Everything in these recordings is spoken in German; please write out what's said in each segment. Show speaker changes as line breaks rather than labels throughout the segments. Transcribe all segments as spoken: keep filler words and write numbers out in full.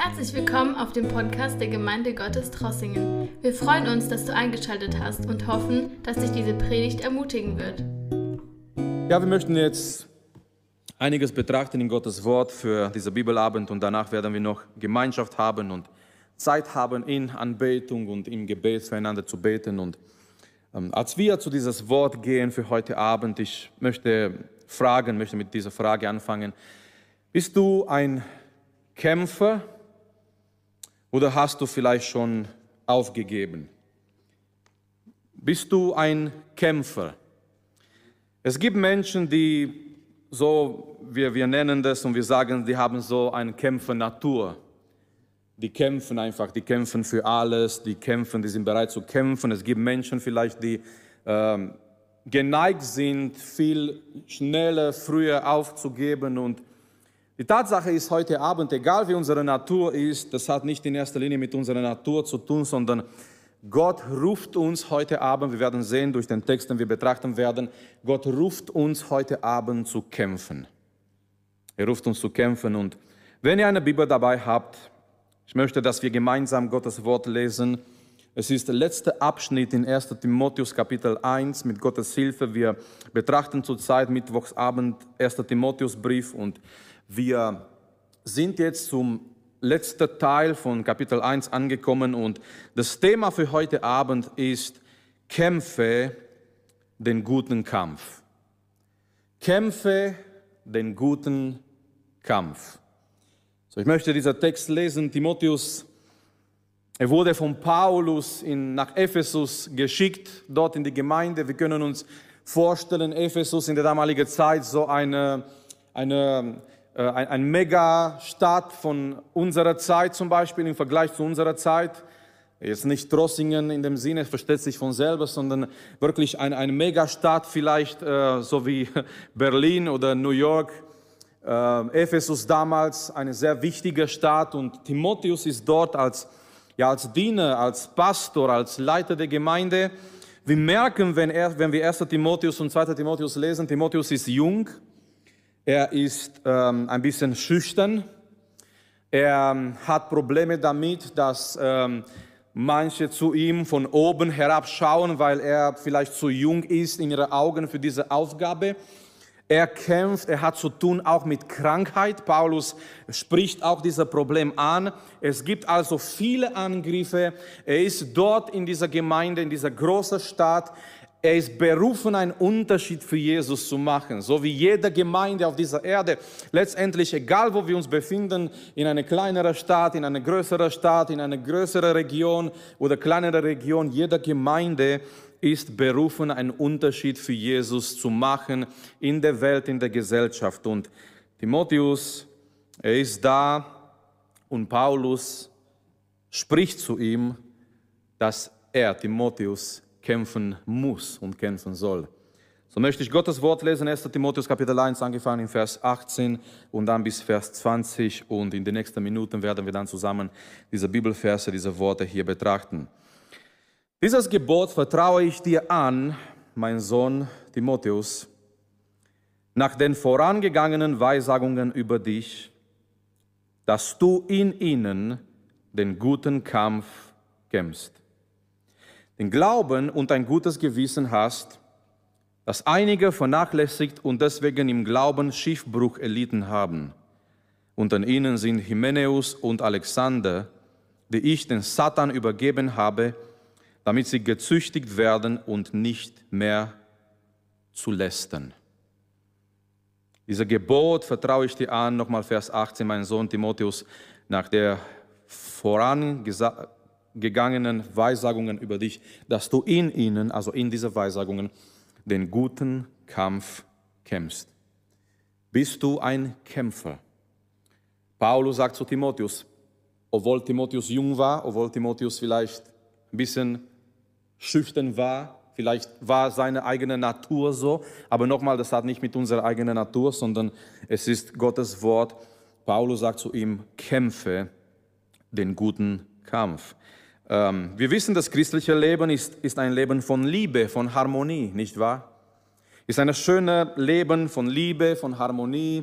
Herzlich willkommen auf dem Podcast der Gemeinde Gottes Trossingen. Wir freuen uns, dass du eingeschaltet hast und hoffen, dass dich diese Predigt ermutigen wird.
Ja, wir möchten jetzt einiges betrachten in Gottes Wort für diesen Bibelabend und danach werden wir noch Gemeinschaft haben und Zeit haben in Anbetung und im Gebet füreinander zu beten. Und ähm, als wir zu dieses Wort gehen für heute Abend, ich möchte fragen, möchte mit dieser Frage anfangen: Bist du ein Kämpfer oder hast du vielleicht schon aufgegeben? Bist du ein Kämpfer? Es gibt Menschen, die so, wir, wir nennen das und wir sagen, die haben so eine Kämpfernatur. Die kämpfen einfach, die kämpfen für alles, die kämpfen, die sind bereit zu kämpfen. Es gibt Menschen vielleicht, die ähm, geneigt sind, viel schneller, früher aufzugeben. Und die Tatsache ist heute Abend, egal wie unsere Natur ist, das hat nicht in erster Linie mit unserer Natur zu tun, sondern Gott ruft uns heute Abend, wir werden sehen durch den Text, den wir betrachten werden, Gott ruft uns heute Abend zu kämpfen. Er ruft uns zu kämpfen. Und wenn ihr eine Bibel dabei habt, ich möchte, dass wir gemeinsam Gottes Wort lesen. Es ist der letzte Abschnitt in erster Timotheus Kapitel eins mit Gottes Hilfe. Wir betrachten zurzeit Mittwochsabend erster Timotheusbrief und wir sind jetzt zum letzten Teil von Kapitel eins angekommen und das Thema für heute Abend ist: Kämpfe den guten Kampf. Kämpfe den guten Kampf. So, ich möchte diesen Text lesen. Timotheus, er wurde von Paulus in, nach Ephesus geschickt, dort in die Gemeinde. Wir können uns vorstellen, Ephesus in der damaligen Zeit so eine, eine, äh, ein, ein Megastadt von unserer Zeit zum Beispiel im Vergleich zu unserer Zeit. Jetzt nicht Trossingen in dem Sinne, versteht sich von selber, sondern wirklich ein, ein Megastadt, vielleicht äh, so wie Berlin oder New York. Äh, Ephesus damals eine sehr wichtige Stadt und Timotheus ist dort als, ja, als Diener, als Pastor, als Leiter der Gemeinde. Wir merken, wenn, er, wenn wir erster Timotheus und zweiter Timotheus lesen, Timotheus ist jung, er ist ähm, ein bisschen schüchtern, er ähm, hat Probleme damit, dass ähm, manche zu ihm von oben herabschauen, weil er vielleicht zu jung ist in ihren Augen für diese Aufgabe. Er kämpft, er hat zu tun auch mit Krankheit. Paulus spricht auch dieses Problem an. Es gibt also viele Angriffe. Er ist dort in dieser Gemeinde, in dieser großen Stadt. Er ist berufen, einen Unterschied für Jesus zu machen. So wie jede Gemeinde auf dieser Erde. Letztendlich, egal wo wir uns befinden, in einer kleineren Stadt, in einer größeren Stadt, in einer größeren Region oder kleineren Region, jede Gemeinde ist berufen, einen Unterschied für Jesus zu machen in der Welt, in der Gesellschaft. Und Timotheus, er ist da und Paulus spricht zu ihm, dass er, Timotheus, kämpfen muss und kämpfen soll. So möchte ich Gottes Wort lesen, erster Timotheus Kapitel eins, angefangen in Vers achtzehn und dann bis Vers zwanzig. Und in den nächsten Minuten werden wir dann zusammen diese Bibelverse, diese Worte hier betrachten. Dieses Gebot vertraue ich dir an, mein Sohn Timotheus, nach den vorangegangenen Weissagungen über dich, dass du in ihnen den guten Kampf kämpfst, den Glauben und ein gutes Gewissen hast, dass einige vernachlässigt und deswegen im Glauben Schiffbruch erlitten haben. Unter ihnen sind Hymenäus und Alexander, die ich den Satan übergeben habe, damit sie gezüchtigt werden und nicht mehr zu lästern. Dieser Gebot vertraue ich dir an, nochmal Vers achtzehn, mein Sohn Timotheus, nach der vorangegangenen Weissagungen über dich, dass du in ihnen, also in diese Weissagungen, den guten Kampf kämpfst. Bist du ein Kämpfer? Paulus sagt zu Timotheus, obwohl Timotheus jung war, obwohl Timotheus vielleicht ein bisschen schüchtern war, vielleicht war seine eigene Natur so, aber nochmal, das hat nicht mit unserer eigenen Natur, sondern es ist Gottes Wort. Paulus sagt zu ihm, kämpfe den guten Kampf. Ähm, wir wissen, das christliche Leben ist, ist ein Leben von Liebe, von Harmonie, nicht wahr? Ist ein schönes Leben von Liebe, von Harmonie.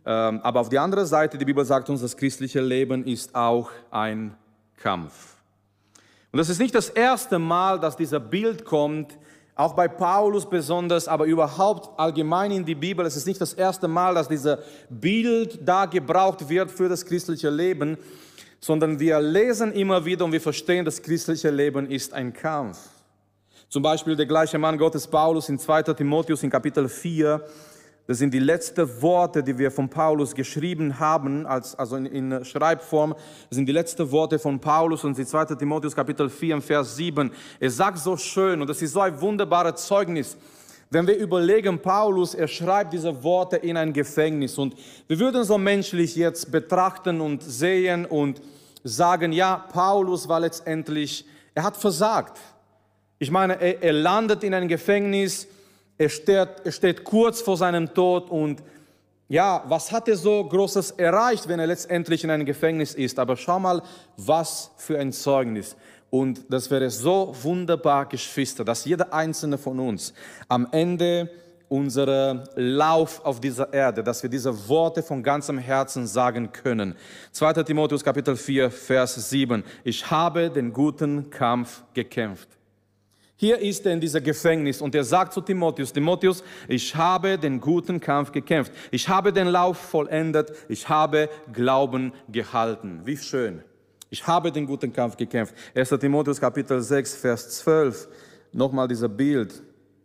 Ähm, aber auf die andere Seite, die Bibel sagt uns, das christliche Leben ist auch ein Kampf. Und das ist nicht das erste Mal, dass dieser Bild kommt, auch bei Paulus besonders, aber überhaupt allgemein in die Bibel. Es ist nicht das erste Mal, dass dieser Bild da gebraucht wird für das christliche Leben, sondern wir lesen immer wieder und wir verstehen, das christliche Leben ist ein Kampf. Zum Beispiel der gleiche Mann Gottes Paulus in zweiter Timotheus in Kapitel vier. Das sind die letzten Worte, die wir von Paulus geschrieben haben, als, also in, in Schreibform. Das sind die letzten Worte von Paulus und in zweiter Timotheus Kapitel vier, Vers sieben. Er sagt so schön, und das ist so ein wunderbares Zeugnis, wenn wir überlegen, Paulus, er schreibt diese Worte in ein Gefängnis. Und wir würden so menschlich jetzt betrachten und sehen und sagen, ja, Paulus war letztendlich, er hat versagt. Ich meine, er, er landet in ein Gefängnis, Er steht, er steht kurz vor seinem Tod und ja, was hat er so Großes erreicht, wenn er letztendlich in einem Gefängnis ist? Aber schau mal, was für ein Zeugnis. Und das wäre so wunderbar, Geschwister, dass jeder einzelne von uns am Ende unserer Lauf auf dieser Erde, dass wir diese Worte von ganzem Herzen sagen können. zweiter Timotheus Kapitel vier, Vers sieben. Ich habe den guten Kampf gekämpft. Hier ist er in dieser Gefängnis und er sagt zu Timotheus, Timotheus, ich habe den guten Kampf gekämpft. Ich habe den Lauf vollendet. Ich habe Glauben gehalten. Wie schön. Ich habe den guten Kampf gekämpft. erster Timotheus Kapitel sechs, Vers zwölf. Nochmal dieser Bild.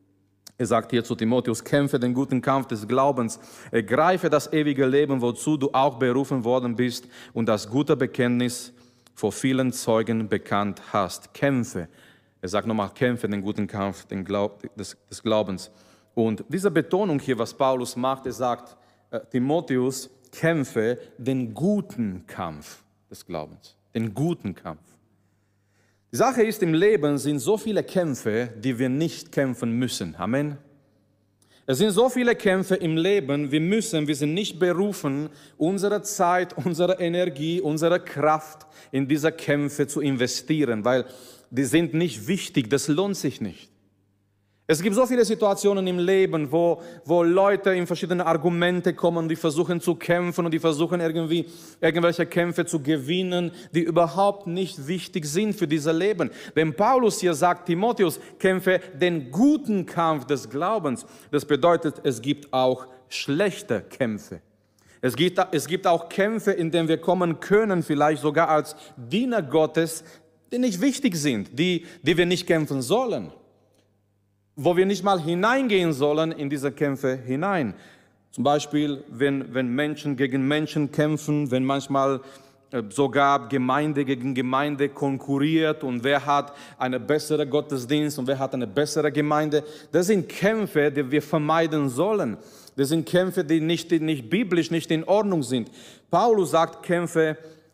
Er sagt hier zu Timotheus, kämpfe den guten Kampf des Glaubens. Ergreife das ewige Leben, wozu du auch berufen worden bist und das gute Bekenntnis vor vielen Zeugen bekannt hast. Kämpfe. Er sagt nochmal, kämpfe den guten Kampf den Glaub, des, des Glaubens. Und diese Betonung hier, was Paulus macht, er sagt, äh, Timotheus, kämpfe den guten Kampf des Glaubens. Den guten Kampf. Die Sache ist, im Leben sind so viele Kämpfe, die wir nicht kämpfen müssen. Amen. Es sind so viele Kämpfe im Leben, wir müssen, wir sind nicht berufen, unsere Zeit, unsere Energie, unsere Kraft in diese Kämpfe zu investieren, weil die sind nicht wichtig, das lohnt sich nicht. Es gibt so viele Situationen im Leben, wo, wo Leute in verschiedene Argumente kommen, die versuchen zu kämpfen und die versuchen irgendwie irgendwelche Kämpfe zu gewinnen, die überhaupt nicht wichtig sind für dieses Leben. Wenn Paulus hier sagt, Timotheus, kämpfe den guten Kampf des Glaubens, das bedeutet, es gibt auch schlechte Kämpfe. Es gibt, es gibt auch Kämpfe, in denen wir kommen können, vielleicht sogar als Diener Gottes, die nicht wichtig sind, die, die wir nicht kämpfen sollen, wo wir nicht mal hineingehen sollen in diese Kämpfe hinein. Zum Beispiel, wenn, wenn Menschen gegen Menschen kämpfen, wenn manchmal äh, sogar Gemeinde gegen Gemeinde konkurriert und wer hat eine bessere Gottesdienst und wer hat eine bessere Gemeinde. Das sind Kämpfe, die wir vermeiden sollen. Das sind Kämpfe, die nicht, die nicht biblisch, nicht in Ordnung sind. Paulus sagt, kämpfe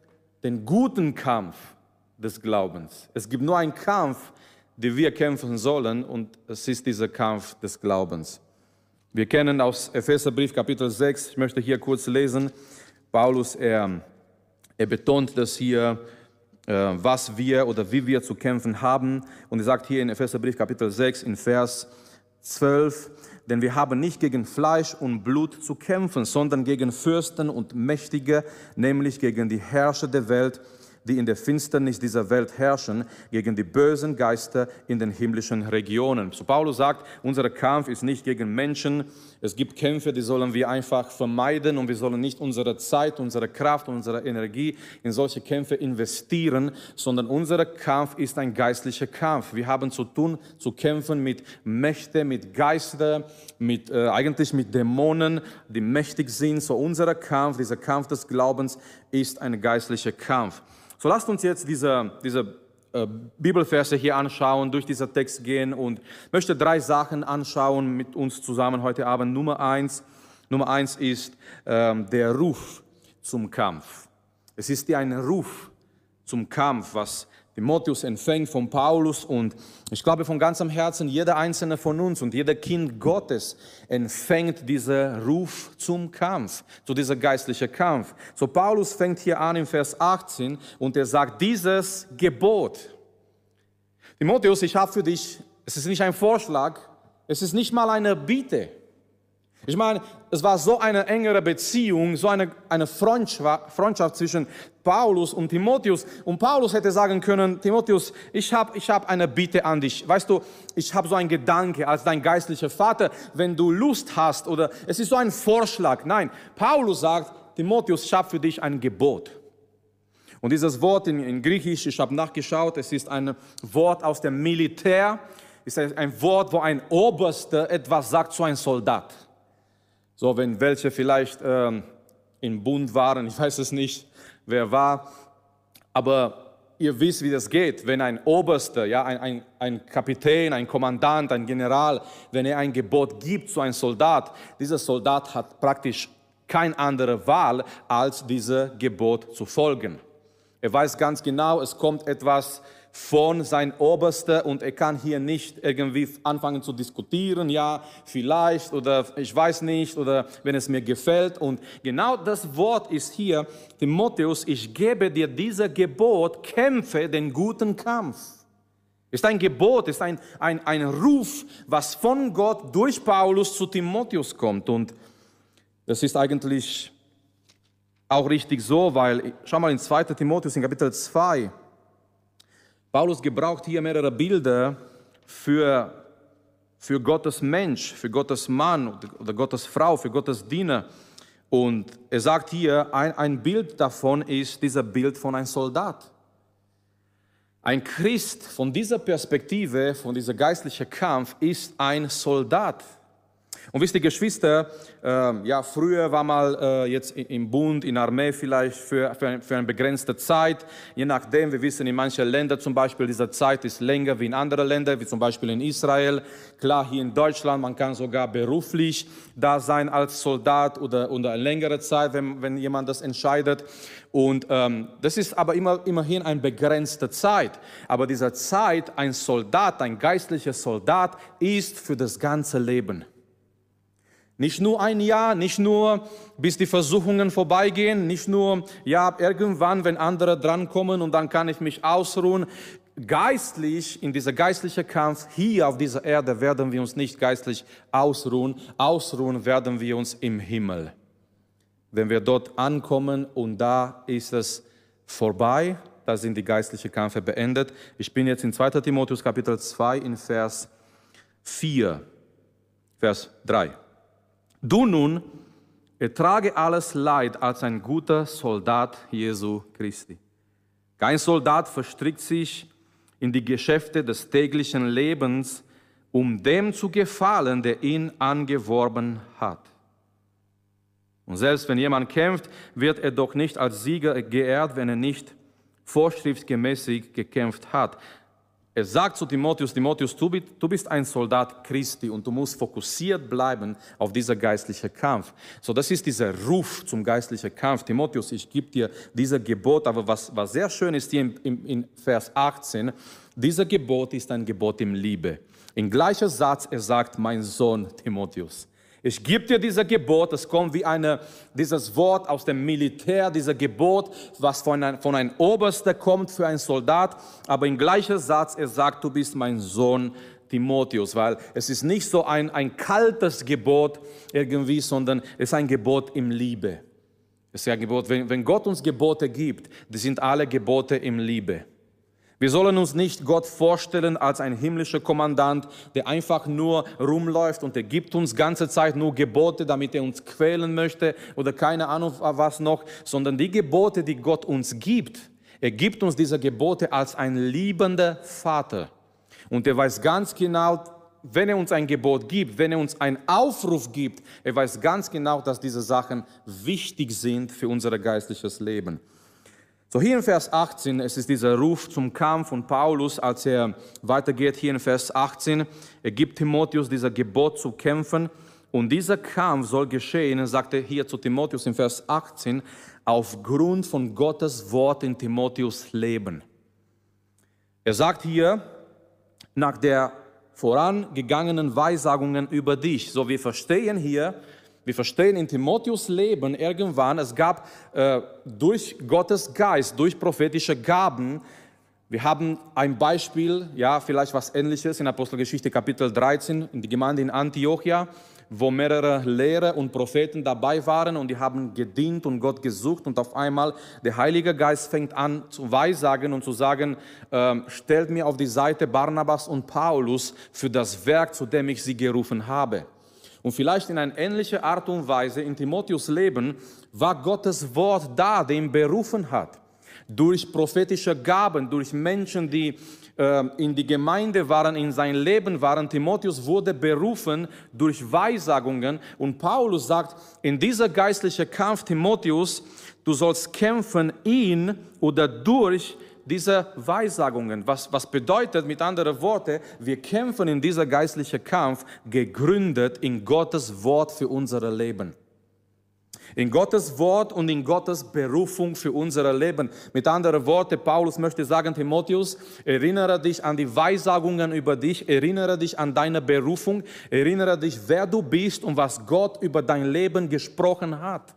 den guten Kampf des Glaubens. Es gibt nur einen Kampf, den wir kämpfen sollen, und es ist dieser Kampf des Glaubens. Wir kennen aus Epheserbrief Kapitel sechs, ich möchte hier kurz lesen, Paulus, er, er betont das hier, äh, was wir oder wie wir zu kämpfen haben, und er sagt hier in Epheserbrief Kapitel sechs in Vers zwölf, denn wir haben nicht gegen Fleisch und Blut zu kämpfen, sondern gegen Fürsten und Mächtige, nämlich gegen die Herrscher der Welt, die in der Finsternis dieser Welt herrschen, gegen die bösen Geister in den himmlischen Regionen. So Paulus sagt, unser Kampf ist nicht gegen Menschen. Es gibt Kämpfe, die sollen wir einfach vermeiden, und wir sollen nicht unsere Zeit, unsere Kraft, unsere Energie in solche Kämpfe investieren, sondern unser Kampf ist ein geistlicher Kampf. Wir haben zu tun, zu kämpfen mit Mächten, mit Geistern, mit, äh, eigentlich mit Dämonen, die mächtig sind. So unser Kampf, dieser Kampf des Glaubens ist ein geistlicher Kampf. So lasst uns jetzt diese, diese äh, Bibelverse hier anschauen, durch diesen Text gehen, und möchte drei Sachen anschauen mit uns zusammen heute Abend. Nummer eins, Nummer eins ist ähm, der Ruf zum Kampf. Es ist ein Ruf zum Kampf, was Timotheus empfängt von Paulus, und ich glaube von ganzem Herzen, jeder einzelne von uns und jeder Kind Gottes empfängt diesen Ruf zum Kampf, zu diesem geistlichen Kampf. So Paulus fängt hier an im Vers achtzehn und er sagt, dieses Gebot. Timotheus, ich habe für dich, es ist nicht ein Vorschlag, es ist nicht mal eine Bitte. Ich meine, es war so eine engere Beziehung, so eine, eine Freundschaft, Freundschaft zwischen Paulus und Timotheus. Und Paulus hätte sagen können, Timotheus, ich habe ich hab eine Bitte an dich. Weißt du, ich habe so einen Gedanke als dein geistlicher Vater, wenn du Lust hast oder es ist so ein Vorschlag. Nein, Paulus sagt, Timotheus, ich habe für dich ein Gebot. Und dieses Wort in, in Griechisch, ich habe nachgeschaut, es ist ein Wort aus dem Militär. Es ist ein Wort, wo ein Oberster etwas sagt zu einem Soldat. So, wenn welche vielleicht ähm, im Bund waren, ich weiß es nicht, wer war, aber ihr wisst, wie das geht, wenn ein Oberster, ja, ein, ein, ein Kapitän, ein Kommandant, ein General, wenn er ein Gebot gibt zu einem Soldat, dieser Soldat hat praktisch keine andere Wahl, als diesem Gebot zu folgen. Er weiß ganz genau, es kommt etwas von seinem Oberster und er kann hier nicht irgendwie anfangen zu diskutieren, ja, vielleicht oder ich weiß nicht oder wenn es mir gefällt. Und genau das Wort ist hier, Timotheus, ich gebe dir dieses Gebot, kämpfe den guten Kampf. Ist ein Gebot, ist ein, ein, ein Ruf, was von Gott durch Paulus zu Timotheus kommt. Und das ist eigentlich auch richtig so, weil, schau mal in zweiten Timotheus in Kapitel zwei, Paulus gebraucht hier mehrere Bilder für, für Gottes Mensch, für Gottes Mann oder Gottes Frau, für Gottes Diener. Und er sagt hier, ein, ein Bild davon ist dieses Bild von einem Soldat. Ein Christ von dieser Perspektive, von diesem geistlichen Kampf, ist ein Soldat. Und wisst ihr, Geschwister, äh, ja, früher war mal äh, jetzt im Bund, in der Armee vielleicht für, für, für eine begrenzte Zeit, je nachdem, wir wissen, in manchen Ländern zum Beispiel, diese Zeit ist länger wie in anderen Ländern, wie zum Beispiel in Israel. Klar, hier in Deutschland, man kann sogar beruflich da sein als Soldat oder unter eine längere Zeit, wenn, wenn jemand das entscheidet. Und ähm, das ist aber immer, immerhin eine begrenzte Zeit. Aber diese Zeit, ein Soldat, ein geistlicher Soldat, ist für das ganze Leben. Nicht nur ein Jahr, nicht nur bis die Versuchungen vorbeigehen, nicht nur ja irgendwann, wenn andere drankommen und dann kann ich mich ausruhen. Geistlich, in dieser geistlichen Kampf hier auf dieser Erde werden wir uns nicht geistlich ausruhen. Ausruhen werden wir uns im Himmel. Wenn wir dort ankommen und da ist es vorbei, da sind die geistlichen Kämpfe beendet. Ich bin jetzt in zweiten Timotheus Kapitel zwei in Vers vier, Vers drei. Du nun ertrage alles Leid als ein guter Soldat Jesu Christi. Kein Soldat verstrickt sich in die Geschäfte des täglichen Lebens, um dem zu gefallen, der ihn angeworben hat. Und selbst wenn jemand kämpft, wird er doch nicht als Sieger geehrt, wenn er nicht vorschriftsgemäß gekämpft hat. Er sagt zu Timotheus, Timotheus, du bist ein Soldat Christi und du musst fokussiert bleiben auf dieser geistlichen Kampf. So, das ist dieser Ruf zum geistlichen Kampf. Timotheus, ich gebe dir dieses Gebot, aber was, was sehr schön ist hier in, in, in Vers achtzehn, dieser Gebot ist ein Gebot in Liebe. Im gleichen Satz, er sagt, mein Sohn Timotheus. Ich gebe dir dieses Gebot, es kommt wie eine, dieses Wort aus dem Militär, dieses Gebot, was von einem, von einem Oberster kommt für einen Soldat, aber im gleichen Satz, er sagt, du bist mein Sohn Timotheus, weil es ist nicht so ein, ein kaltes Gebot irgendwie, sondern es ist ein Gebot in Liebe. Es ist ein Gebot, wenn, wenn Gott uns Gebote gibt, die sind alle Gebote in Liebe. Wir sollen uns nicht Gott vorstellen als ein himmlischer Kommandant, der einfach nur rumläuft und er gibt uns ganze Zeit nur Gebote, damit er uns quälen möchte oder keine Ahnung was noch, sondern die Gebote, die Gott uns gibt, er gibt uns diese Gebote als ein liebender Vater. Und er weiß ganz genau, wenn er uns ein Gebot gibt, wenn er uns einen Aufruf gibt, er weiß ganz genau, dass diese Sachen wichtig sind für unser geistliches Leben. So hier in Vers achtzehn, es ist dieser Ruf zum Kampf von Paulus, als er weitergeht hier in Vers achtzehn, er gibt Timotheus dieser Gebot zu kämpfen und dieser Kampf soll geschehen, sagt er hier zu Timotheus in Vers achtzehn, aufgrund von Gottes Wort in Timotheus Leben. Er sagt hier, nach der vorangegangenen Weissagungen über dich, so wir verstehen hier, Wir verstehen in Timotheus Leben irgendwann, es gab äh, durch Gottes Geist, durch prophetische Gaben, wir haben ein Beispiel, ja, vielleicht was Ähnliches in Apostelgeschichte Kapitel dreizehn, in die Gemeinde in Antiochia, wo mehrere Lehrer und Propheten dabei waren und die haben gedient und Gott gesucht und auf einmal der Heilige Geist fängt an zu weissagen und zu sagen, äh, stellt mir auf die Seite Barnabas und Paulus für das Werk, zu dem ich sie gerufen habe. Und vielleicht in einer ähnlichen Art und Weise in Timotheus' Leben war Gottes Wort da, der ihn berufen hat. Durch prophetische Gaben, durch Menschen, die äh, in die Gemeinde waren, in sein Leben waren. Timotheus wurde berufen durch Weissagungen. Und Paulus sagt, in dieser geistlichen Kampf, Timotheus, du sollst kämpfen in oder durch diese Weissagungen. Was, was bedeutet, mit anderen Worten, wir kämpfen in dieser geistlichen Kampf, gegründet in Gottes Wort für unser Leben. In Gottes Wort und in Gottes Berufung für unser Leben. Mit anderen Worten, Paulus möchte sagen, Timotheus, erinnere dich an die Weissagungen über dich, erinnere dich an deine Berufung, erinnere dich, wer du bist und was Gott über dein Leben gesprochen hat.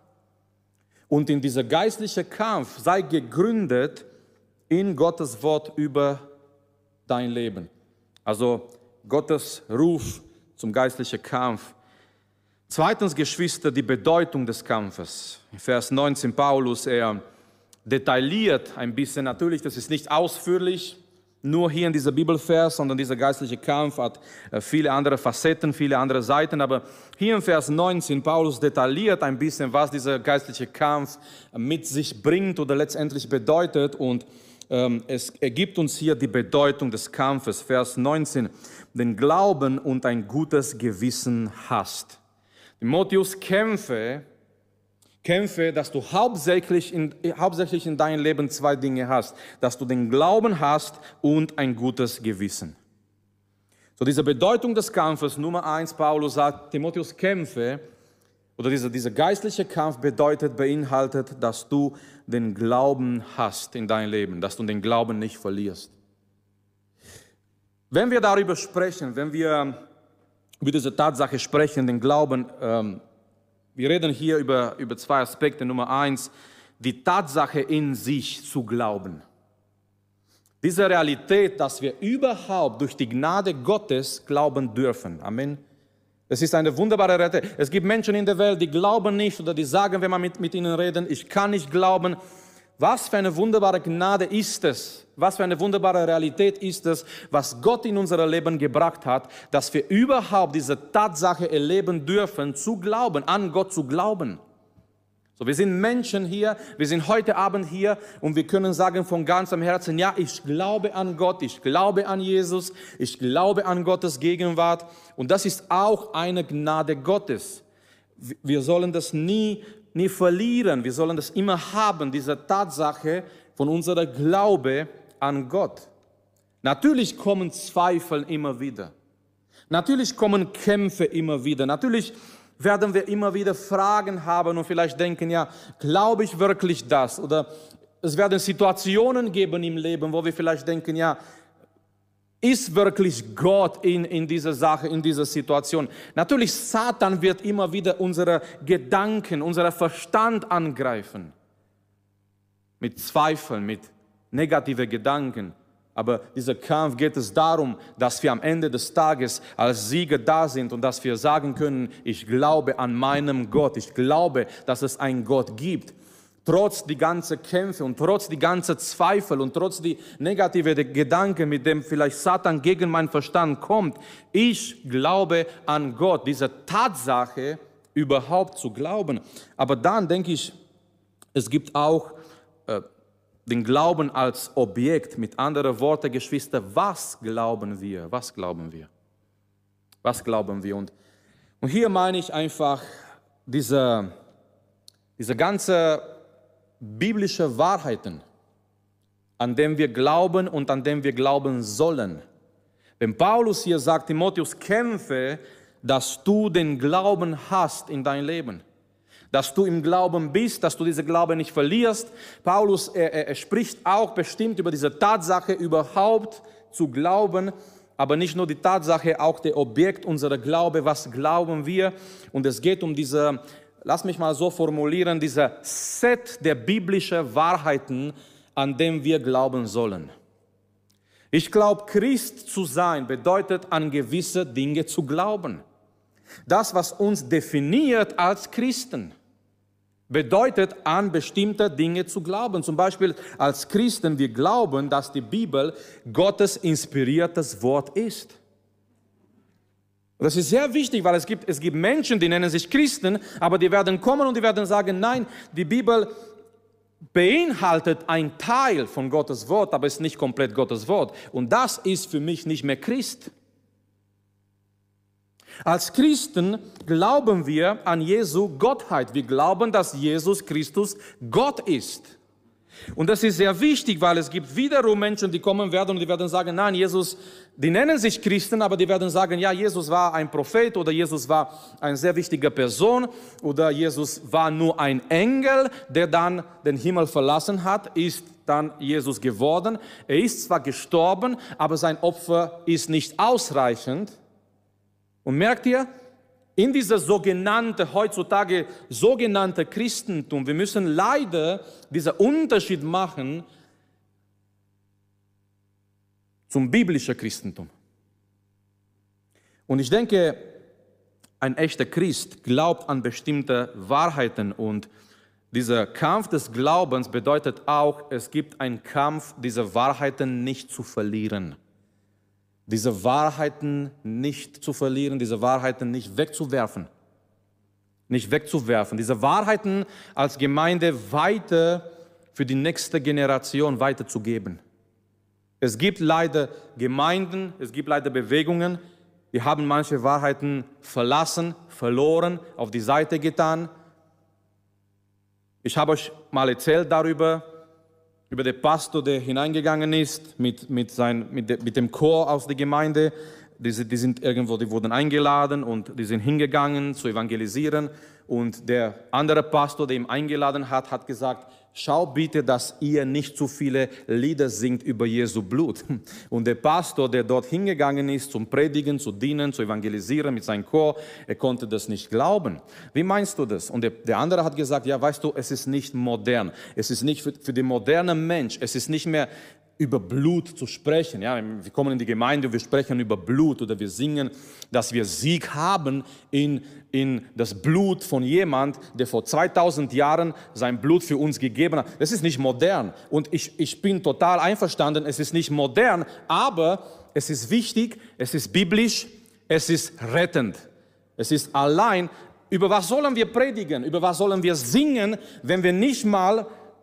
Und in dieser geistlichen Kampf sei gegründet in Gottes Wort über dein Leben. Also Gottes Ruf zum geistlichen Kampf. Zweitens, Geschwister, die Bedeutung des Kampfes. In Vers neunzehn, Paulus, er detailliert ein bisschen, natürlich, das ist nicht ausführlich, nur hier in dieser Bibelvers, sondern dieser geistliche Kampf hat viele andere Facetten, viele andere Seiten, aber hier in Vers neunzehn, Paulus detailliert ein bisschen, was dieser geistliche Kampf mit sich bringt oder letztendlich bedeutet und ähm, es ergibt uns hier die Bedeutung des Kampfes. Vers neunzehn, den Glauben und ein gutes Gewissen hast. Timotheus, kämpfe, kämpfe, dass du hauptsächlich in, hauptsächlich in deinem Leben zwei Dinge hast. Dass du den Glauben hast und ein gutes Gewissen. So, diese Bedeutung des Kampfes, Nummer eins, Paulus sagt, Timotheus, kämpfe, oder dieser, dieser geistliche Kampf bedeutet, beinhaltet, dass du den Glauben hast in deinem Leben, dass du den Glauben nicht verlierst. Wenn wir darüber sprechen, wenn wir über diese Tatsache sprechen, den Glauben, ähm, wir reden hier über, über zwei Aspekte. Nummer eins, die Tatsache in sich zu glauben. Diese Realität, dass wir überhaupt durch die Gnade Gottes glauben dürfen. Amen. Das ist eine wunderbare Realität. Es gibt Menschen in der Welt, die glauben nicht oder die sagen, wenn man mit, mit ihnen redet, ich kann nicht glauben. Was für eine wunderbare Gnade ist es, was für eine wunderbare Realität ist es, was Gott in unser Leben gebracht hat, dass wir überhaupt diese Tatsache erleben dürfen, zu glauben, an Gott zu glauben. So, wir sind Menschen hier, wir sind heute Abend hier und wir können sagen von ganzem Herzen, ja, ich glaube an Gott, ich glaube an Jesus, ich glaube an Gottes Gegenwart und das ist auch eine Gnade Gottes. Wir sollen das nie nie verlieren. Wir sollen das immer haben, diese Tatsache von unserem Glaube an Gott. Natürlich kommen Zweifel immer wieder. Natürlich kommen Kämpfe immer wieder. Natürlich werden wir immer wieder Fragen haben und vielleicht denken, ja, glaube ich wirklich das? Oder es werden Situationen geben im Leben, wo wir vielleicht denken, ja, ist wirklich Gott in, in dieser Sache, in dieser Situation? Natürlich, Satan wird immer wieder unsere Gedanken, unseren Verstand angreifen. Mit Zweifeln, mit negativen Gedanken. Aber dieser Kampf geht es darum, dass wir am Ende des Tages als Sieger da sind und dass wir sagen können, ich glaube an meinem Gott. Ich glaube, dass es einen Gott gibt. Trotz die ganzen Kämpfe und trotz die ganzen Zweifel und trotz die negativen Gedanken, mit dem vielleicht Satan gegen meinen Verstand kommt, ich glaube an Gott, diese Tatsache überhaupt zu glauben. Aber dann denke ich, es gibt auch äh, den Glauben als Objekt. Mit anderen Worten, Geschwister, was glauben wir? Was glauben wir? Was glauben wir? Und, und hier meine ich einfach diese, diese ganze biblische Wahrheiten, an denen wir glauben und an denen wir glauben sollen. Wenn Paulus hier sagt, Timotheus, kämpfe, dass du den Glauben hast in dein Leben. Dass du im Glauben bist, dass du diesen Glauben nicht verlierst. Paulus, er, er, er spricht auch bestimmt über diese Tatsache, überhaupt zu glauben, aber nicht nur die Tatsache, auch der Objekt unserer Glaube, was glauben wir. Und es geht um diese, lass mich mal so formulieren, dieser Set der biblischen Wahrheiten, an dem wir glauben sollen. Ich glaube, Christ zu sein bedeutet, an gewisse Dinge zu glauben. Das, was uns definiert als Christen, bedeutet, an bestimmte Dinge zu glauben. Zum Beispiel als Christen, wir glauben, dass die Bibel Gottes inspiriertes Wort ist. Das ist sehr wichtig, weil es gibt, es gibt Menschen, die nennen sich Christen, aber die werden kommen und die werden sagen, nein, die Bibel beinhaltet einen Teil von Gottes Wort, aber ist nicht komplett Gottes Wort. Und das ist für mich nicht mehr Christ. Als Christen glauben wir an Jesu Gottheit. Wir glauben, dass Jesus Christus Gott ist. Und das ist sehr wichtig, weil es gibt wiederum Menschen, die kommen werden und die werden sagen, nein, Jesus, die nennen sich Christen, aber die werden sagen, ja, Jesus war ein Prophet oder Jesus war eine sehr wichtige Person oder Jesus war nur ein Engel, der dann den Himmel verlassen hat, ist dann Jesus geworden. Er ist zwar gestorben, aber sein Opfer ist nicht ausreichend. Und merkt ihr, in dieser sogenannte, heutzutage sogenannte Christentum, wir müssen leider diesen Unterschied machen zum biblischen Christentum. Und ich denke, ein echter Christ glaubt an bestimmte Wahrheiten und dieser Kampf des Glaubens bedeutet auch, es gibt einen Kampf, diese Wahrheiten nicht zu verlieren. Diese Wahrheiten nicht zu verlieren, diese Wahrheiten nicht wegzuwerfen. Nicht wegzuwerfen, diese Wahrheiten als Gemeinde weiter für die nächste Generation weiterzugeben. Es gibt leider Gemeinden, es gibt leider Bewegungen, die haben manche Wahrheiten verlassen, verloren, auf die Seite getan. Ich habe euch mal erzählt darüber, über den Pastor, der hineingegangen ist mit, mit, sein, mit, de, mit dem Chor aus der Gemeinde. Die, die sind irgendwo, die wurden eingeladen und die sind hingegangen zu evangelisieren. Und der andere Pastor, der ihn eingeladen hat, hat gesagt, schau bitte, dass ihr nicht zu viele Lieder singt über Jesu Blut. Und der Pastor, der dort hingegangen ist, zum Predigen, zu dienen, zu evangelisieren mit seinem Chor, er konnte das nicht glauben. Wie meinst du das? Und der, der andere hat gesagt, ja, weißt du, es ist nicht modern. Es ist nicht für, für den modernen Mensch, es ist nicht mehr über Blut zu sprechen. Ja, wir kommen in die Gemeinde, wir sprechen über Blut oder wir singen, dass wir Sieg haben in, in das Blut von jemand, der vor zweitausend Jahren sein Blut für uns gegeben hat. Das ist nicht modern und ich, ich bin total einverstanden, es ist nicht modern, aber es ist wichtig, es ist biblisch, es ist rettend. Es ist allein, über was sollen wir predigen, über was sollen wir singen, wenn wir nicht mal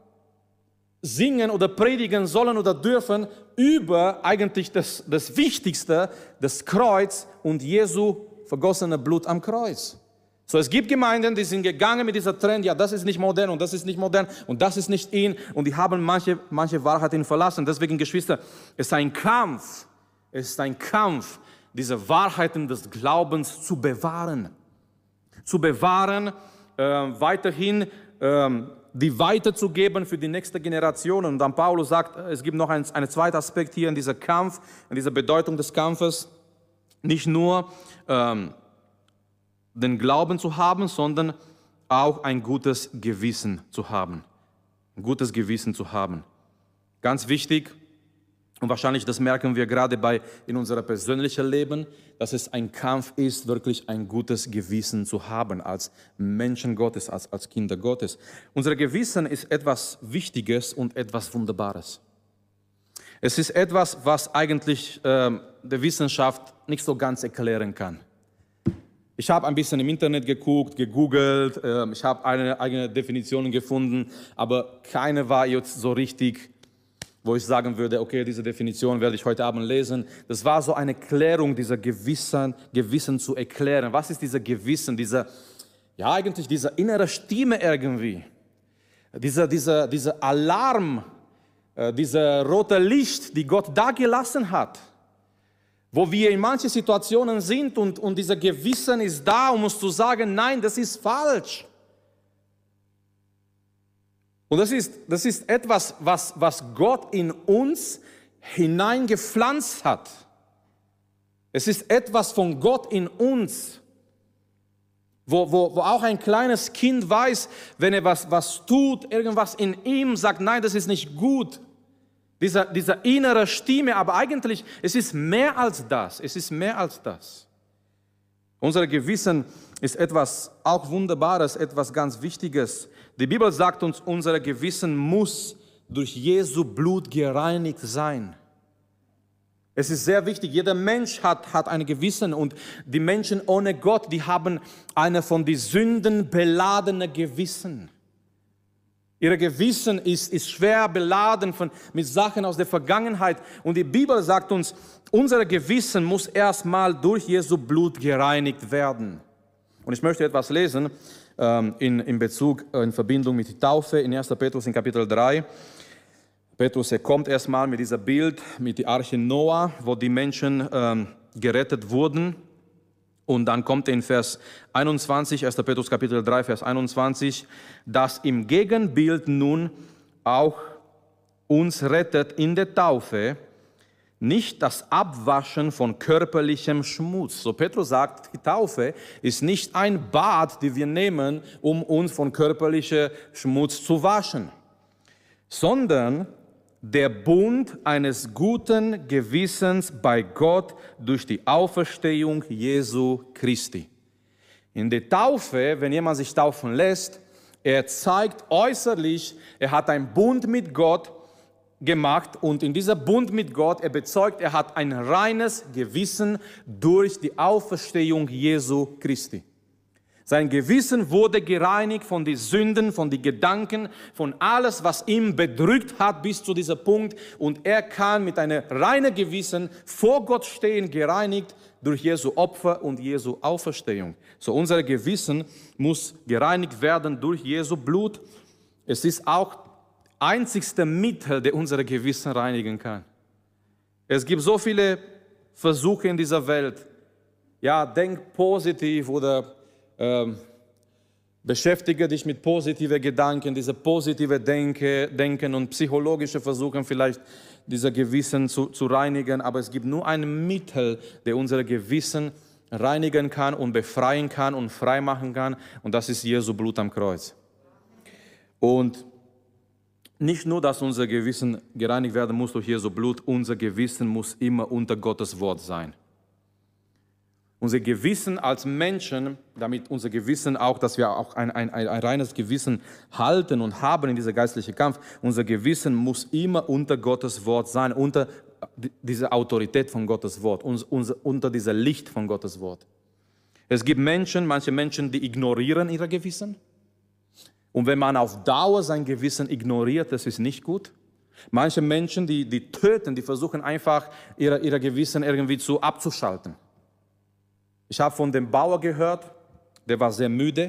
singen oder predigen sollen oder dürfen über eigentlich das, das Wichtigste, das Kreuz und Jesu vergossene Blut am Kreuz. So, es gibt Gemeinden, die sind gegangen mit dieser Trend, ja, das ist nicht modern und das ist nicht modern und das ist nicht in und die haben manche, manche Wahrheiten verlassen. Deswegen, Geschwister, es ist ein Kampf, es ist ein Kampf, diese Wahrheiten des Glaubens zu bewahren. Zu bewahren, äh, weiterhin äh, die weiterzugeben für die nächste Generation. Und dann Paulus sagt, es gibt noch einen, einen zweiten Aspekt hier in dieser Kampf, in dieser Bedeutung des Kampfes. Nicht nur ähm, den Glauben zu haben, sondern auch ein gutes Gewissen zu haben. Ein gutes Gewissen zu haben. Ganz wichtig, und wahrscheinlich das merken wir gerade bei, in unserem persönlichen Leben, dass es ein Kampf ist, wirklich ein gutes Gewissen zu haben als Menschen Gottes, als, als Kinder Gottes. Unser Gewissen ist etwas Wichtiges und etwas Wunderbares. Es ist etwas, was eigentlich äh, der Wissenschaft nicht so ganz erklären kann. Ich habe ein bisschen im Internet geguckt, gegoogelt, äh, ich habe eine eigene Definition gefunden, aber keine war jetzt so richtig, wo ich sagen würde, okay, diese Definition werde ich heute Abend lesen. Das war so eine Klärung dieser Gewissen, Gewissen zu erklären. Was ist dieser Gewissen, dieser, ja eigentlich dieser innere Stimme irgendwie, dieser, dieser, dieser Alarm, äh, dieser rote Licht, die Gott da gelassen hat, wo wir in manchen Situationen sind und, und dieser Gewissen ist da, um uns zu sagen, nein, das ist falsch. Und das ist, das ist etwas, was, was Gott in uns hineingepflanzt hat. Es ist etwas von Gott in uns, wo, wo, wo auch ein kleines Kind weiß, wenn er was, was tut, irgendwas in ihm sagt, nein, das ist nicht gut. Dieser, dieser innere Stimme, aber eigentlich, es ist mehr als das, es ist mehr als das. Unser Gewissen ist etwas auch Wunderbares, etwas ganz Wichtiges. Die Bibel sagt uns, unser Gewissen muss durch Jesu Blut gereinigt sein. Es ist sehr wichtig, jeder Mensch hat, hat ein Gewissen und die Menschen ohne Gott, die haben eine von den Sünden beladene Gewissen. Ihr Gewissen ist, ist schwer beladen von, mit Sachen aus der Vergangenheit und die Bibel sagt uns, unser Gewissen muss erstmal durch Jesu Blut gereinigt werden. Und ich möchte etwas lesen ähm, in, in Bezug, in Verbindung mit der Taufe in erster Petrus in Kapitel drei. Petrus, er kommt erstmal mit diesem Bild, mit der Arche Noah, wo die Menschen ähm, gerettet wurden. Und dann kommt er in Vers einundzwanzig, erster Petrus Kapitel drei, Vers einundzwanzig, dass im Gegenbild nun auch uns rettet in der Taufe, nicht das Abwaschen von körperlichem Schmutz. So Petrus sagt, die Taufe ist nicht ein Bad, das wir nehmen, um uns von körperlichem Schmutz zu waschen, sondern der Bund eines guten Gewissens bei Gott durch die Auferstehung Jesu Christi. In der Taufe, wenn jemand sich taufen lässt, er zeigt äußerlich, er hat einen Bund mit Gott gemacht und in dieser Bund mit Gott, er bezeugt, er hat ein reines Gewissen durch die Auferstehung Jesu Christi. Sein Gewissen wurde gereinigt von den Sünden, von den Gedanken, von alles, was ihn bedrückt hat bis zu diesem Punkt. Und er kann mit einem reinen Gewissen vor Gott stehen, gereinigt durch Jesu Opfer und Jesu Auferstehung. So unser Gewissen muss gereinigt werden durch Jesu Blut. Es ist auch einzigste Mittel, der unser Gewissen reinigen kann. Es gibt so viele Versuche in dieser Welt. Ja, denk positiv oder Ähm, beschäftige dich mit positiven Gedanken, diese positive Denke, Denken und psychologische Versuche vielleicht dieser Gewissen zu, zu reinigen, aber es gibt nur ein Mittel, der unser Gewissen reinigen kann und befreien kann und frei machen kann und das ist Jesu Blut am Kreuz. Und nicht nur, dass unser Gewissen gereinigt werden muss durch Jesu Blut, unser Gewissen muss immer unter Gottes Wort sein. Unser Gewissen als Menschen, damit unser Gewissen auch, dass wir auch ein, ein, ein reines Gewissen halten und haben in diesem geistlichen Kampf, unser Gewissen muss immer unter Gottes Wort sein, unter dieser Autorität von Gottes Wort, unser, unter dieser Licht von Gottes Wort. Es gibt Menschen, manche Menschen, die ignorieren ihr Gewissen. Und wenn man auf Dauer sein Gewissen ignoriert, das ist nicht gut. Manche Menschen, die, die töten, die versuchen einfach, ihr, ihr Gewissen irgendwie zu abzuschalten. Ich habe von dem Bauer gehört, der war sehr müde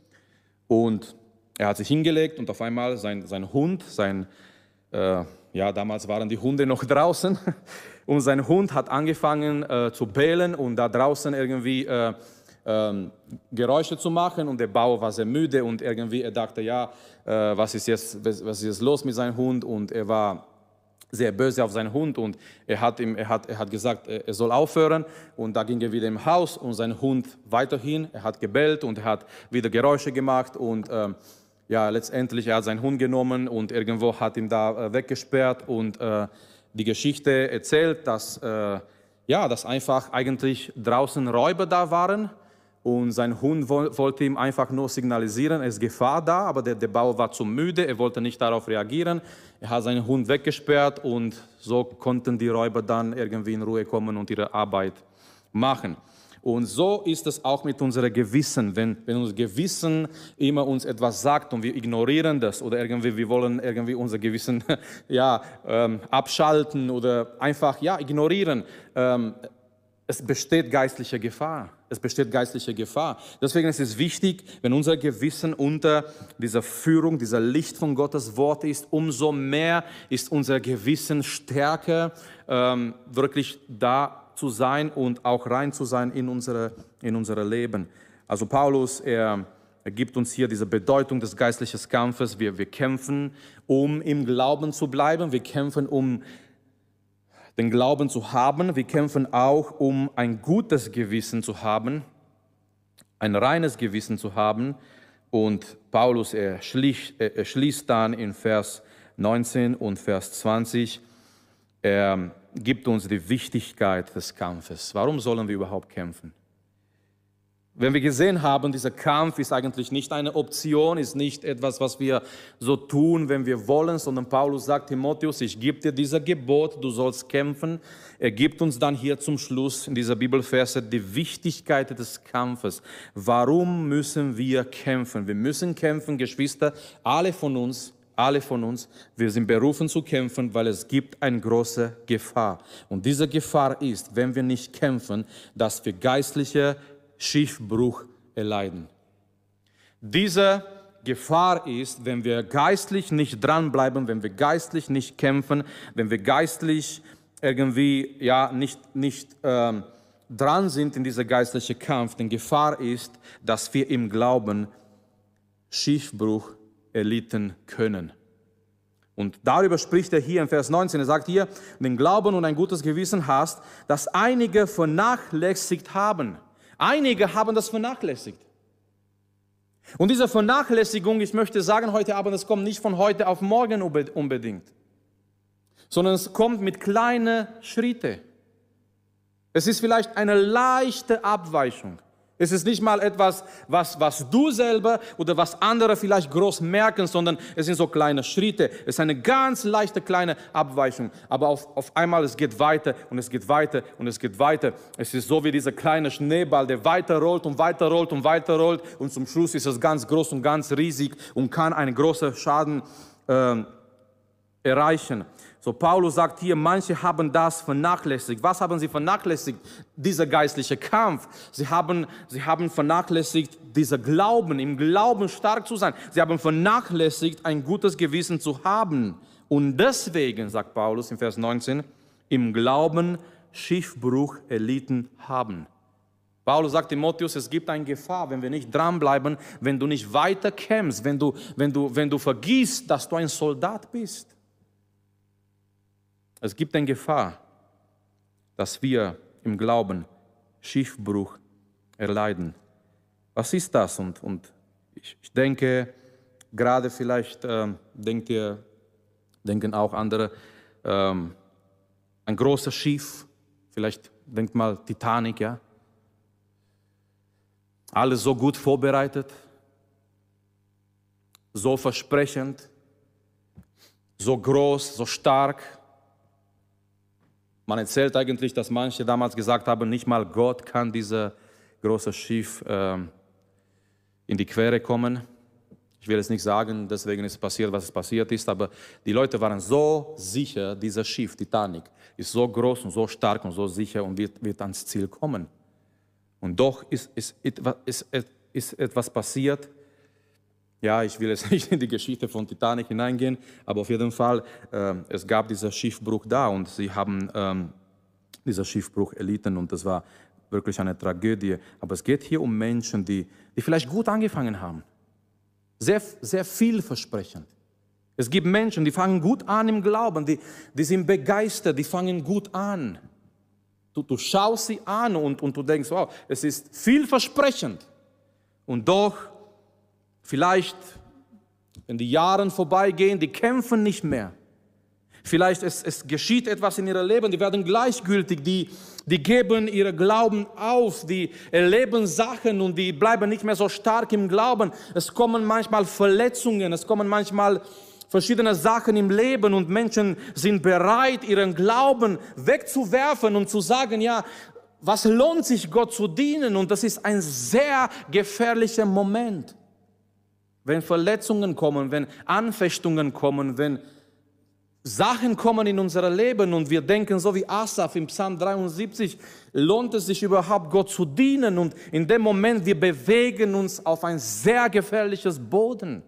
und er hat sich hingelegt und auf einmal sein, sein Hund, sein, äh, ja damals waren die Hunde noch draußen und sein Hund hat angefangen äh, zu bellen und da draußen irgendwie äh, äh, Geräusche zu machen und der Bauer war sehr müde und irgendwie er dachte, ja, äh, was ist jetzt, was, was ist jetzt los mit seinem Hund und er war sehr böse auf seinen Hund und er hat, ihm, er, hat, er hat gesagt, er soll aufhören und da ging er wieder im Haus und sein Hund weiterhin, er hat gebellt und er hat wieder Geräusche gemacht und ähm, ja, letztendlich er hat seinen Hund genommen und irgendwo hat ihn da äh, weggesperrt und äh, die Geschichte erzählt, dass, äh, ja, dass einfach eigentlich draußen Räuber da waren und sein Hund wo, wollte ihm einfach nur signalisieren, es ist Gefahr da, aber der, der Bauer war zu müde, er wollte nicht darauf reagieren. Er hat seinen Hund weggesperrt und so konnten die Räuber dann irgendwie in Ruhe kommen und ihre Arbeit machen. Und so ist es auch mit unserem Gewissen. Wenn, wenn unser Gewissen immer uns etwas sagt und wir ignorieren das oder irgendwie wir wollen irgendwie unser Gewissen ja, ähm, abschalten oder einfach ja, ignorieren, ähm, es besteht geistliche Gefahr. Es besteht geistliche Gefahr. Deswegen ist es wichtig, wenn unser Gewissen unter dieser Führung, dieser Licht von Gottes Wort ist, umso mehr ist unser Gewissen stärker, ähm, wirklich da zu sein und auch rein zu sein in unsere, in unser Leben. Also Paulus, er, er gibt uns hier diese Bedeutung des geistlichen Kampfes. Wir, wir kämpfen, um im Glauben zu bleiben. Wir kämpfen, um den Glauben zu haben. Wir kämpfen auch, um ein gutes Gewissen zu haben, ein reines Gewissen zu haben. Und Paulus, er schließt, er schließt dann in Vers neunzehn und Vers zwanzig, er gibt uns die Wichtigkeit des Kampfes. Warum sollen wir überhaupt kämpfen? Wenn wir gesehen haben, dieser Kampf ist eigentlich nicht eine Option, ist nicht etwas, was wir so tun, wenn wir wollen, sondern Paulus sagt, Timotheus, ich gebe dir dieser Gebot, du sollst kämpfen. Er gibt uns dann hier zum Schluss in dieser Bibelverse die Wichtigkeit des Kampfes. Warum müssen wir kämpfen? Wir müssen kämpfen, Geschwister, alle von uns, alle von uns, wir sind berufen zu kämpfen, weil es gibt eine große Gefahr. Und diese Gefahr ist, wenn wir nicht kämpfen, dass wir geistliche Schiffbruch erleiden. Diese Gefahr ist, wenn wir geistlich nicht dranbleiben, wenn wir geistlich nicht kämpfen, wenn wir geistlich irgendwie ja, nicht, nicht ähm, dran sind in dieser geistlichen Kampf, die Gefahr ist, dass wir im Glauben Schiffbruch erlitten können. Und darüber spricht er hier in Vers neunzehn. Er sagt hier, den Glauben und ein gutes Gewissen hast, das einige vernachlässigt haben. Einige haben das vernachlässigt. Und diese Vernachlässigung, ich möchte sagen heute Abend, das kommt nicht von heute auf morgen unbedingt, sondern es kommt mit kleinen Schritten. Es ist vielleicht eine leichte Abweichung. Es ist nicht mal etwas, was, was du selber oder was andere vielleicht groß merken, sondern es sind so kleine Schritte. Es ist eine ganz leichte kleine Abweichung. Aber auf, auf einmal, es geht weiter und es geht weiter und es geht weiter. Es ist so wie dieser kleine Schneeball, der weiter rollt und weiter rollt und weiter rollt. Und zum Schluss ist es ganz groß und ganz riesig und kann einen großen Schaden äh, erreichen. So, Paulus sagt hier, manche haben das vernachlässigt. Was haben sie vernachlässigt? Dieser geistliche Kampf. Sie haben, sie haben vernachlässigt, dieser Glauben, im Glauben stark zu sein. Sie haben vernachlässigt, ein gutes Gewissen zu haben. Und deswegen, sagt Paulus in Vers neunzehn, im Glauben Schiffbruch erlitten haben. Paulus sagt Timotheus, es gibt eine Gefahr, wenn wir nicht dranbleiben, wenn du nicht weiter kämpfst, wenn du, wenn du, wenn du vergisst, dass du ein Soldat bist. Es gibt eine Gefahr, dass wir im Glauben Schiffbruch erleiden. Was ist das? Und, und ich, ich denke, gerade vielleicht ähm, denkt ihr, denken auch andere, ähm, ein großes Schiff, vielleicht denkt mal Titanic, ja? Alles so gut vorbereitet, so versprechend, so groß, so stark. Man erzählt eigentlich, dass manche damals gesagt haben, nicht mal Gott kann dieses große Schiff äh, in die Quere kommen. Ich will es nicht sagen, deswegen ist passiert, was es passiert ist, aber die Leute waren so sicher, dieses Schiff, Titanic, ist so groß und so stark und so sicher und wird, wird ans Ziel kommen. Und doch ist, ist, ist, ist etwas passiert. Ja, ich will jetzt nicht in die Geschichte von Titanic hineingehen, aber auf jeden Fall, äh, es gab diesen Schiffbruch da und sie haben ähm, diesen Schiffbruch erlitten und das war wirklich eine Tragödie. Aber es geht hier um Menschen, die, die vielleicht gut angefangen haben, sehr, sehr vielversprechend. Es gibt Menschen, die fangen gut an im Glauben, die, die sind begeistert, die fangen gut an. Du, du schaust sie an und, und du denkst, wow, es ist vielversprechend. Und doch, vielleicht, wenn die Jahre vorbeigehen, die kämpfen nicht mehr. Vielleicht es, es geschieht etwas in ihrem Leben, die werden gleichgültig, die, die geben ihren Glauben auf, die erleben Sachen und die bleiben nicht mehr so stark im Glauben. Es kommen manchmal Verletzungen, es kommen manchmal verschiedene Sachen im Leben und Menschen sind bereit, ihren Glauben wegzuwerfen und zu sagen, ja, was lohnt sich, Gott zu dienen? Und das ist ein sehr gefährlicher Moment. Wenn Verletzungen kommen, wenn Anfechtungen kommen, wenn Sachen kommen in unser Leben und wir denken, so wie Asaf im Psalm dreiundsiebzig, lohnt es sich überhaupt, Gott zu dienen? Und in dem Moment, wir bewegen uns auf ein sehr gefährliches Boden.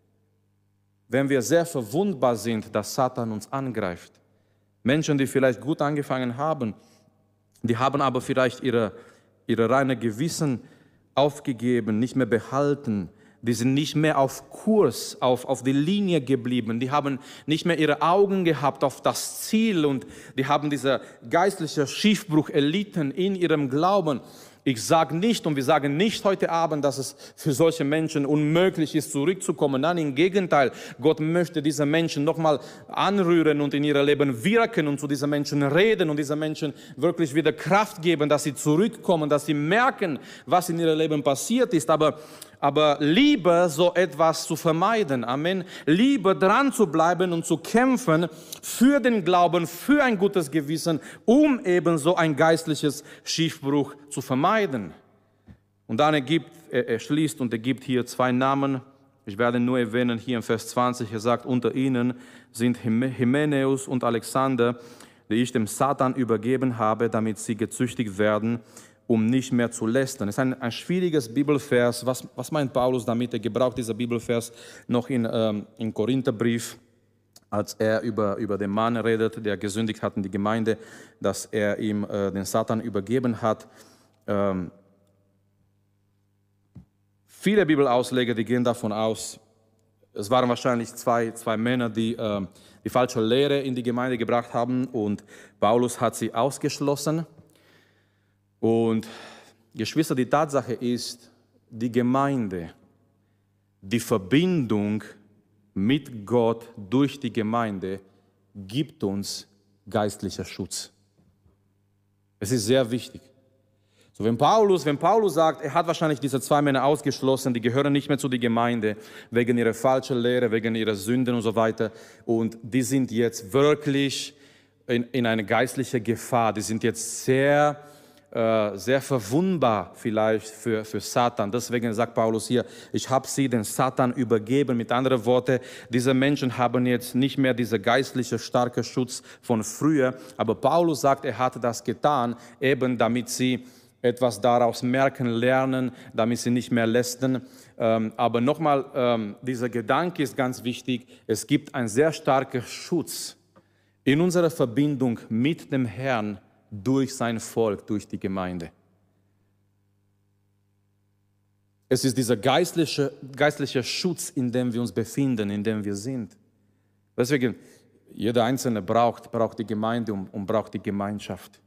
Wenn wir sehr verwundbar sind, dass Satan uns angreift. Menschen, die vielleicht gut angefangen haben, die haben aber vielleicht ihre, ihre reine Gewissen aufgegeben, nicht mehr behalten. Die sind nicht mehr auf Kurs, auf, auf die Linie geblieben. Die haben nicht mehr ihre Augen gehabt auf das Ziel und die haben diesen geistlichen Schiffbruch erlitten in ihrem Glauben. ich sage nicht und wir sagen nicht heute Abend, dass es für solche Menschen unmöglich ist, zurückzukommen. Nein, im Gegenteil, Gott möchte diese Menschen nochmal anrühren und in ihr Leben wirken und zu diesen Menschen reden und diesen Menschen wirklich wieder Kraft geben, dass sie zurückkommen, dass sie merken, was in ihrem Leben passiert ist. Aber Aber lieber so etwas zu vermeiden, Amen, lieber dran zu bleiben und zu kämpfen für den Glauben, für ein gutes Gewissen, um eben so ein geistliches Schiffbruch zu vermeiden. Und dann ergibt, er, er schließt und er gibt hier zwei Namen, ich werde nur erwähnen, hier im Vers zwanzig, er sagt, unter ihnen sind Hymenäus und Alexander, die ich dem Satan übergeben habe, damit sie gezüchtigt werden, um nicht mehr zu lästern. Es ist ein, ein schwieriges Bibelvers. Was, was meint Paulus damit? Er gebraucht dieser Bibelvers noch in, ähm, im Korintherbrief, als er über, über den Mann redet, der gesündigt hat in die Gemeinde, dass er ihm äh, den Satan übergeben hat. Ähm, viele Bibelausleger, die gehen davon aus, es waren wahrscheinlich zwei, zwei Männer, die äh, die falsche Lehre in die Gemeinde gebracht haben und Paulus hat sie ausgeschlossen. Und Geschwister, die Tatsache ist, die Gemeinde, die Verbindung mit Gott durch die Gemeinde gibt uns geistlicher Schutz. Es ist sehr wichtig. So, wenn Paulus, wenn Paulus sagt, er hat wahrscheinlich diese zwei Männer ausgeschlossen, die gehören nicht mehr zu der Gemeinde, wegen ihrer falschen Lehre, wegen ihrer Sünden und so weiter. Und die sind jetzt wirklich in, in eine geistliche Gefahr. Die sind jetzt sehr sehr verwundbar vielleicht für, für Satan. Deswegen sagt Paulus hier, ich habe sie den Satan übergeben. Mit anderen Worten, diese Menschen haben jetzt nicht mehr diesen geistlichen starken Schutz von früher. Aber Paulus sagt, er hat das getan, eben damit sie etwas daraus merken, lernen, damit sie nicht mehr lästern. Ähm, aber nochmal, ähm, dieser Gedanke ist ganz wichtig. Es gibt einen sehr starken Schutz in unserer Verbindung mit dem Herrn, durch sein Volk, durch die Gemeinde. Es ist dieser geistliche, geistliche Schutz, in dem wir uns befinden, in dem wir sind. Deswegen, jeder Einzelne braucht, braucht die Gemeinde und, und braucht die Gemeinschaft.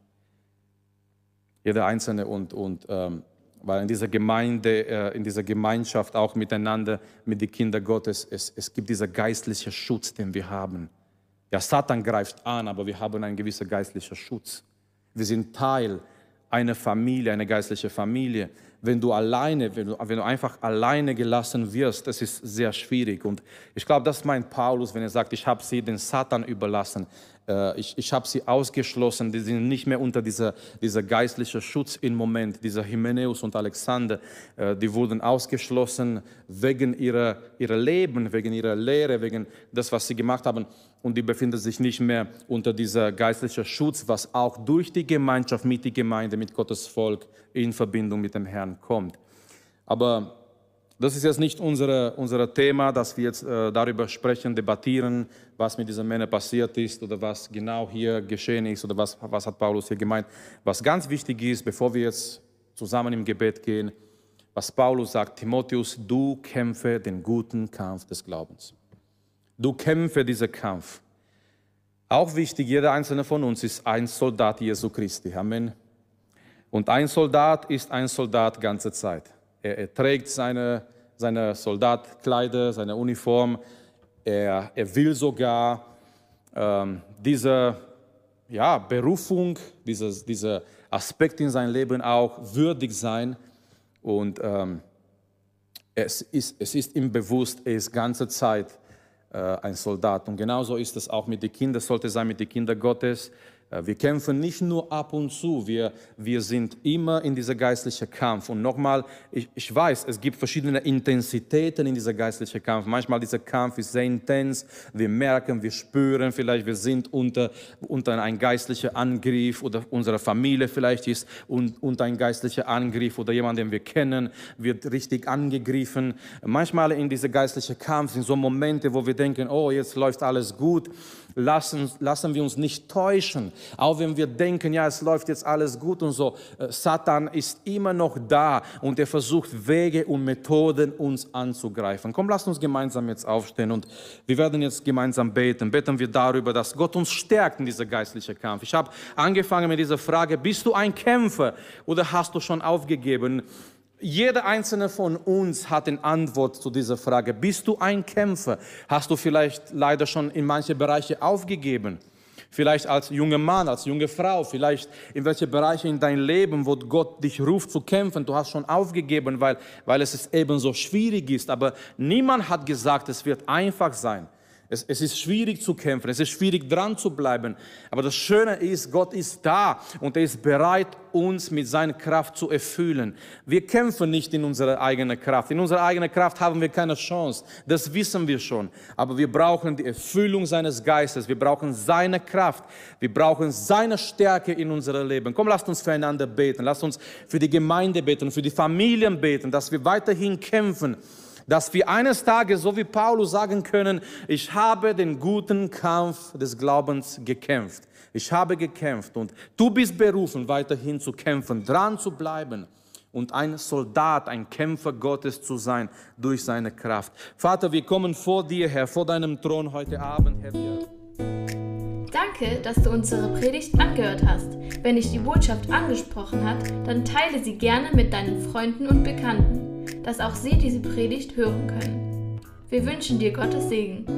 Jeder Einzelne und, und ähm, weil in dieser Gemeinde, äh, in dieser Gemeinschaft auch miteinander, mit den Kindern Gottes, es, es gibt dieser geistliche Schutz, den wir haben. Ja, Satan greift an, aber wir haben einen gewissen geistlichen Schutz. Wir sind Teil einer Familie, einer geistlichen Familie. Wenn du alleine, wenn du, wenn du einfach alleine gelassen wirst, das ist sehr schwierig. Und ich glaube, das meint Paulus, wenn er sagt, ich habe sie den Satan überlassen. Ich, ich habe sie ausgeschlossen, die sind nicht mehr unter dieser, dieser geistlichen Schutz im Moment. Dieser Hymenäus und Alexander, die wurden ausgeschlossen wegen ihrer, ihrer Leben, wegen ihrer Lehre, wegen das, was sie gemacht haben. Und die befinden sich nicht mehr unter dieser geistlichen Schutz, was auch durch die Gemeinschaft mit der Gemeinde, mit Gottes Volk in Verbindung mit dem Herrn kommt. Aber das ist jetzt nicht unser, unser Thema, dass wir jetzt äh, darüber sprechen, debattieren, was mit diesen Männern passiert ist oder was genau hier geschehen ist oder was, was hat Paulus hier gemeint. Was ganz wichtig ist, bevor wir jetzt zusammen im Gebet gehen, was Paulus sagt, Timotheus, du kämpfe den guten Kampf des Glaubens. Du kämpfe diesen Kampf. Auch wichtig, jeder einzelne von uns ist ein Soldat Jesu Christi. Amen. Und ein Soldat ist ein Soldat ganze Zeit. Er, er trägt seine, seine Soldatkleider, seine Uniform. Er, er will sogar ähm, diese ja, Berufung, dieses, dieser Aspekt in seinem Leben auch würdig sein. Und ähm, es, ist, es ist ihm bewusst, er ist ganze Zeit äh, ein Soldat. Und genauso ist es auch mit den Kindern, sollte sein mit den Kindern Gottes. Wir kämpfen nicht nur ab und zu, wir, wir sind immer in dieser geistlichen Kampf. Und nochmal, ich, ich weiß, es gibt verschiedene Intensitäten in dieser geistlichen Kampf. Manchmal dieser Kampf ist sehr intens, wir merken, wir spüren vielleicht, wir sind unter, unter einem geistlichen Angriff oder unsere Familie vielleicht ist un, unter einem geistlichen Angriff oder jemand, den wir kennen, wird richtig angegriffen. Manchmal in dieser geistlichen Kampf sind so Momente, wo wir denken, oh, jetzt läuft alles gut. Lassen, lassen wir uns nicht täuschen. Auch wenn wir denken, ja, es läuft jetzt alles gut und so, äh, Satan ist immer noch da und er versucht Wege und Methoden, uns anzugreifen. Komm, lasst uns gemeinsam jetzt aufstehen und wir werden jetzt gemeinsam beten. Beten wir darüber, dass Gott uns stärkt in dieser geistlichen Kampf. Ich habe angefangen mit dieser Frage, bist du ein Kämpfer oder hast du schon aufgegeben? Jeder einzelne von uns hat eine Antwort zu dieser Frage. Bist du ein Kämpfer? Hast du vielleicht leider schon in manche Bereiche aufgegeben? Vielleicht als junger Mann, als junge Frau, vielleicht in welche Bereiche in deinem Leben, wo Gott dich ruft zu kämpfen, du hast schon aufgegeben, weil, weil es eben so schwierig ist. Aber niemand hat gesagt, es wird einfach sein. Es, es ist schwierig zu kämpfen, es ist schwierig dran zu bleiben. Aber das Schöne ist, Gott ist da und er ist bereit, uns mit seiner Kraft zu erfüllen. Wir kämpfen nicht in unserer eigenen Kraft. In unserer eigenen Kraft haben wir keine Chance. Das wissen wir schon. Aber wir brauchen die Erfüllung seines Geistes. Wir brauchen seine Kraft. Wir brauchen seine Stärke in unserem Leben. Komm, lasst uns füreinander beten. Lasst uns für die Gemeinde beten, für die Familien beten, dass wir weiterhin kämpfen. Dass wir eines Tages, so wie Paulus, sagen können, ich habe den guten Kampf des Glaubens gekämpft. Ich habe gekämpft und du bist berufen, weiterhin zu kämpfen, dran zu bleiben und ein Soldat, ein Kämpfer Gottes zu sein durch seine Kraft. Vater, wir kommen vor dir, Herr, vor deinem Thron heute Abend, Herr.
Danke, dass du unsere Predigt angehört hast. Wenn dich die Botschaft angesprochen hat, dann teile sie gerne mit deinen Freunden und Bekannten, dass auch sie diese Predigt hören können. Wir wünschen dir Gottes Segen.